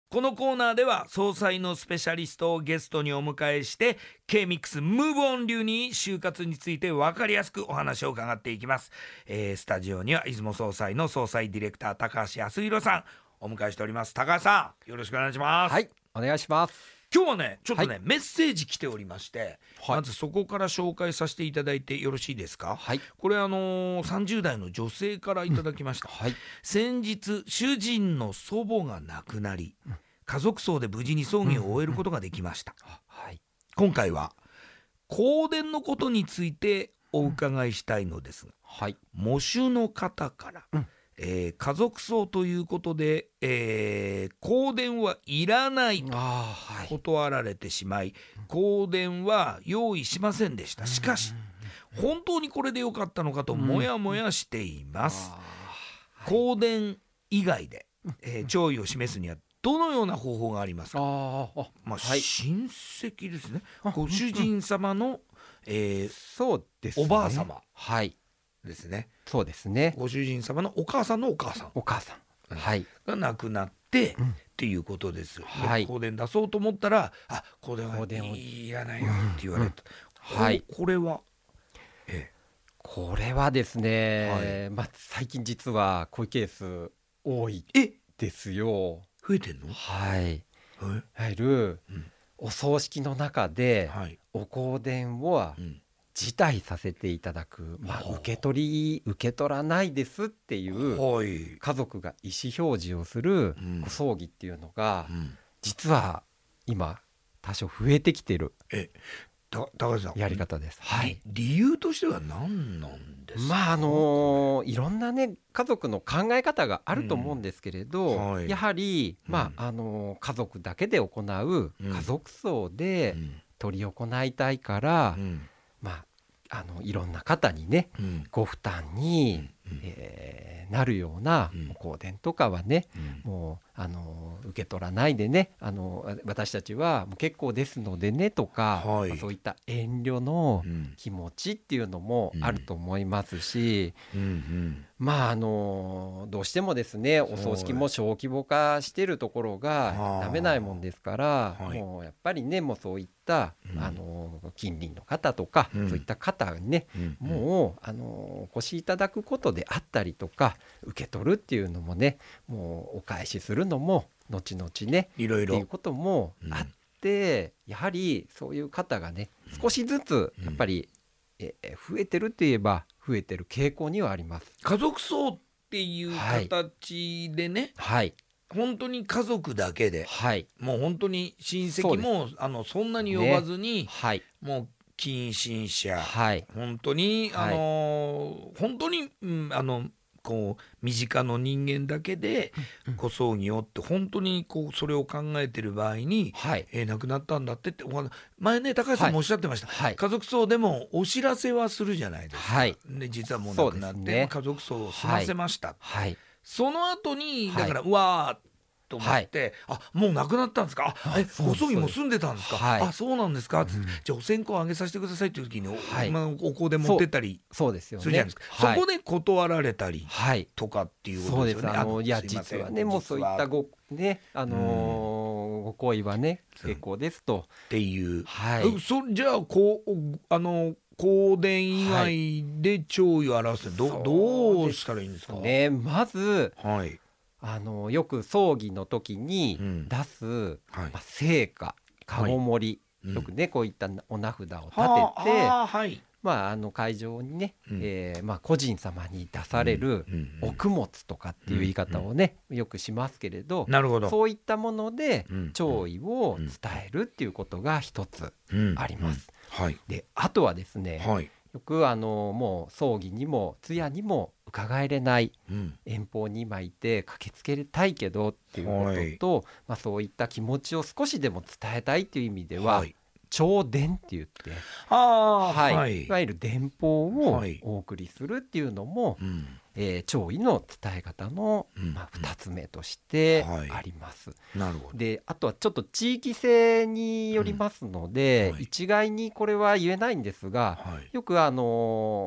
このコーナーでは総裁のスペシャリストをゲストにお迎えして K-MIX ムーブオン流に就活について分かりやすくお話を伺っていきます。スタジオには出雲総裁の総裁ディレクター高橋康弘さんお迎えしております。高橋さんよろしくお願いします。 はい、お願いします。 今日はねちょっとね、 はい、 メッセージ来ておりまして、 はい、 まずそこから紹介させていただいてよろしいですか。 はい、 これ30代の女性からいただきました、 はい、 先日主人の祖母が亡くなり、家族葬で無事に葬儀を終えることができました、 はい、 今回は香典のことについてお伺いしたいのですが、 はい、 喪主の方から、家族葬ということで、香典はいらないと断られてしまい、香典は用意しませんでした。しかし本当にこれでよかったのかともやもやしています、香典以外で、弔意を示すにはどのような方法がありますか。親戚ですね、ご主人様の、 そうですね、 おばあ様、 はいですね。 そうですね。 ご主人様のお母さんのお母さん、 はい、 が亡くなって、っていうことです。 はい、 香典出そうと思ったら、香典はいらないよって言われた。はい、これは、 これはですね、最近実はこういうケース多いですよ。 増えてんの？ はい。いわゆる、お葬式の中で、お香典を辞退させていただく、受け取らないですっていう家族が意思表示をする葬儀っていうのが、実は今多少増えてきてる高橋さんやり方です。 理由としては何なんですか。 いろんなね家族の考え方があると思うんですけれど、やはり、家族だけで行う家族葬で執り行いたいから、いろんな方にね、ご負担に、なるような香典とかはね、もう受け取らないでね、私たちはもう結構ですのでねとか、そういった遠慮の気持ちっていうのもあると思いますし、どうしてもですねお葬式も小規模化してるところがダメないもんですから、もうやっぱりねもうそういった近隣の方とか、そういった方にね、もうお越しいただくことであったりとか、受け取るっていうのもね、もうお返しするのも後々ねいろいろっていうこともあって、やはりそういう方がね少しずつやっぱり、増えてるって言えば増えてる傾向にはあります。 家族葬っていう形でね、本当に家族だけで、もう本当に親戚もそんなに呼ばずに、もう近親者、本当に本当に、こう身近の人間だけでご葬儀をって本当にこうそれを考えてる場合に、亡くなったんだって前ね高橋さんもおっしゃってました、家族葬でもお知らせはするじゃないですか、で実はもう亡くなって、家族葬を済ませました、その後にだから、うわーと思って、もう亡くなったんですか、ご葬儀も済んでたんですか、そうなんですか、じゃあお線香をあげさせてくださいっていう時にお香で持ってったりするじゃないですか。そこで断られたりとかっていうことですよね。 いや実はねもうそういったご好意はね結構ですとっていう、じゃあ香典以外で弔意を表すどうしたらいいんですかね。まずよく葬儀の時に出す聖火、籠盛り、よくねこういったお名札を立てて、会場にね、個人様に出されるお供物とかっていう言い方をねよくしますけれど、そういったもので弔意を伝えるっていうことが一つあります。であとはですね、よくもう葬儀にも通夜にも伺えれない遠方に今いて駆けつけたいけどっていうことと、そういった気持ちを少しでも伝えたいっていう意味では、弔電って言って、いわゆる電報をお送りするっていうのも、弔意の伝え方の2つ目としてあります。であとはちょっと地域性によりますので、一概にこれは言えないんですが、よくお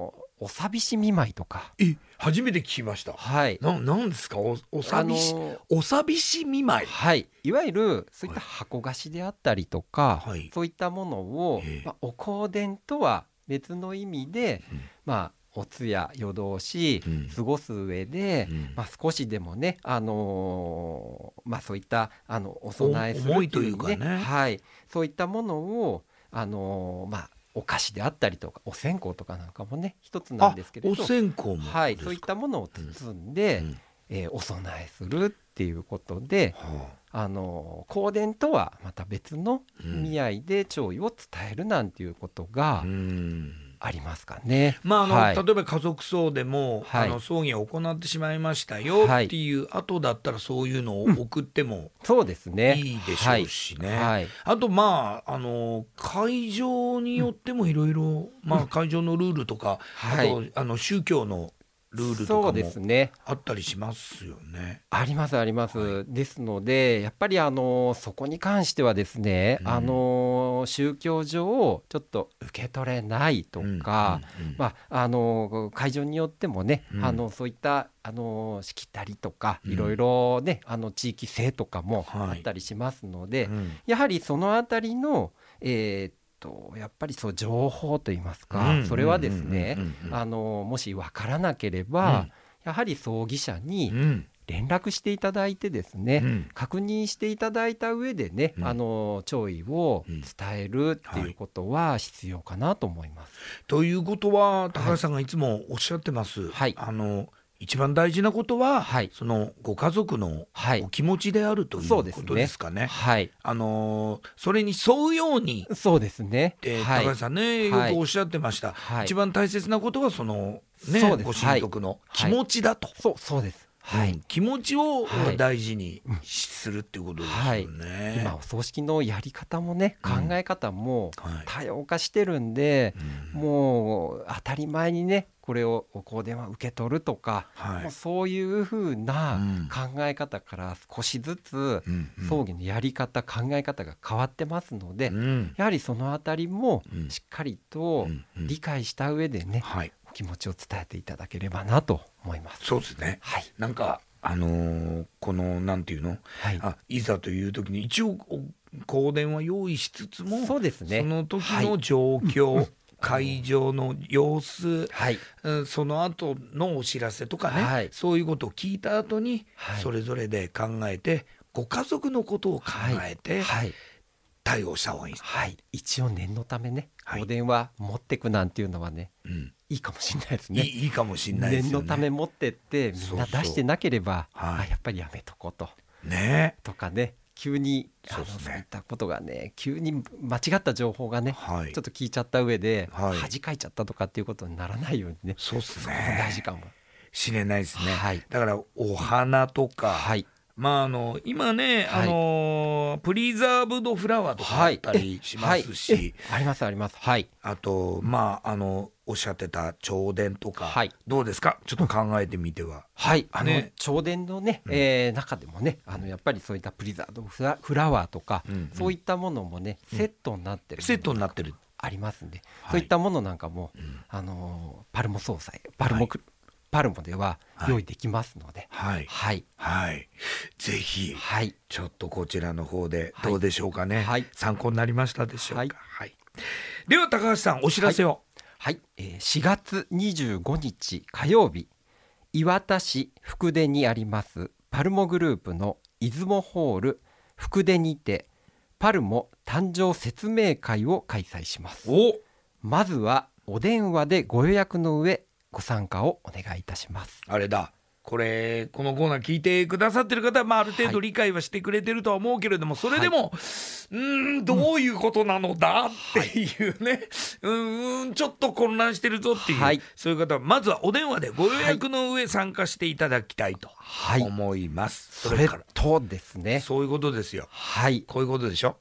おさびし見舞いとか。 初めて聞きました。 はい。 なんですか、おさびし、おさびし見舞い。 はい。いわゆるそういった箱菓子であったりとか、はい、そういったものを、お香典とは別の意味で、お通夜夜通し過ごす上で、少しでもね、そういったお供えするっていうね、はい、そういったものをお菓子であったりとかお線香とかなんかもね一つなんですけれど、 お線香も、 はい、そういったものを包んで、お供えするっていうことで、香典とはまた別の意味合いで弔意を伝えるなんていうことがありますかね。 例えば家族葬でも、葬儀を行ってしまいましたよっていう後だったらそういうのを送っても、 そうですね、 いいでしょうしね、あと会場によってもいろいろ会場のルールとか、あと宗教のルールとかもあったりしますよね。 ありますあります、ですのでやっぱりそこに関してはですね、宗教上ちょっと受け取れないとか、会場によってもね、そういったしきたりとかいろいろね、地域性とかもあったりしますので、やはりそのあたりのやっぱりそう情報といいますか、それはですね、もし分からなければ、やはり葬儀社に連絡していただいてですね、確認していただいた上でね、弔意を伝えるっていうことは必要かなと思います。 ということは高橋さんがいつもおっしゃってます、一番大事なことは、そのご家族のお気持ちであるということですかね。それに沿うように、 そうですね、 高橋さんね、よくおっしゃってました、一番大切なことはそのご親族の気持ちだと。 そうです、 気持ちを大事にするっていうことですよね。 今お葬式のやり方もね、考え方も多様化してるんで、もう当たり前にねこれをお香典は受け取るとか、もうそういうふうな考え方から少しずつ葬儀のやり方、考え方が変わってますので、やはりそのあたりもしっかりと理解した上でね、お気持ちを伝えていただければなと思います。 そうですね、なんかこのなんていうの、いざという時に一応香典は用意しつつも、 そうですね、 その時の状況、会場の様子、その後のお知らせとかね、そういうことを聞いた後に、それぞれで考えてご家族のことを考えて対応した方がいいです。 一応念のためね、香典は持ってくなんていうのはね、いいかもしれないですね。 いいかもしれないですよね。 念のため持ってってみんな出してなければ、やっぱりやめとこうと、とかね、急にそういったことがね、急に間違った情報がね、ちょっと聞いちゃった上で恥かいちゃったとかっていうことにならないようにね、 そうですね、 大事かもしれないですね。だからお花とか、今ね、プリザーブドフラワーとかあったりしますし、 ありますあります。 あとおっしゃってた弔電とか、どうですか、ちょっと考えてみては。 弔電のね、中でもね、やっぱりそういったプリザードフラワーとか、そういったものもねセットになってる、ありますんで、そういったものなんかも、パルモ総裁パルモでは用意できますので、 ぜひ、ちょっとこちらの方でどうでしょうかね、参考になりましたでしょうか。では高橋さん、お知らせを。 4月25日火曜日、磐田市福出にありますパルモグループの出雲ホール福出にてパルモ誕生説明会を開催します。まずはお電話でご予約の上ご参加をお願いいたします。 あれだ、このコーナー聞いてくださってる方は、ある程度理解はしてくれてるとは思うけれども、それでも、どういうことなのだっていうね、ちょっと混乱してるぞっていう、そういう方はまずはお電話でご予約の上参加していただきたいと思います。 それとですね、 そういうことですよ。こういうことでしょ。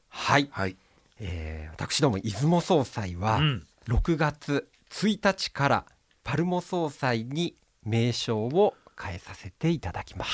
私ども出雲総裁は6月1日からパルモ総裁に名称を変えさせていただきます。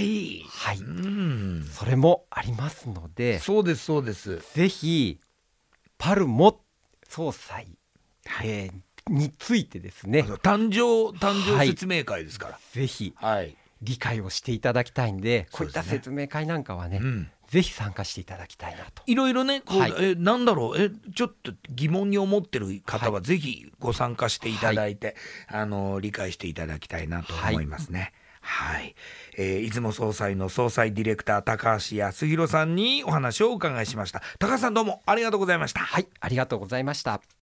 それもありますので、 そうですそうです、 ぜひパルモ総裁、 についてですね、 誕生説明会ですから、 ぜひ理解をしていただきたいんで、こういった説明会なんかはね、ぜひ参加していただきたいなと。 いろいろねなんだろうちょっと疑問に思ってる方はぜひご参加していただいて、理解していただきたいなと思いますね。出雲総裁の総裁ディレクター高橋康弘さんにお話をお伺いしました。高橋さん、どうもありがとうございました。 はい、ありがとうございました。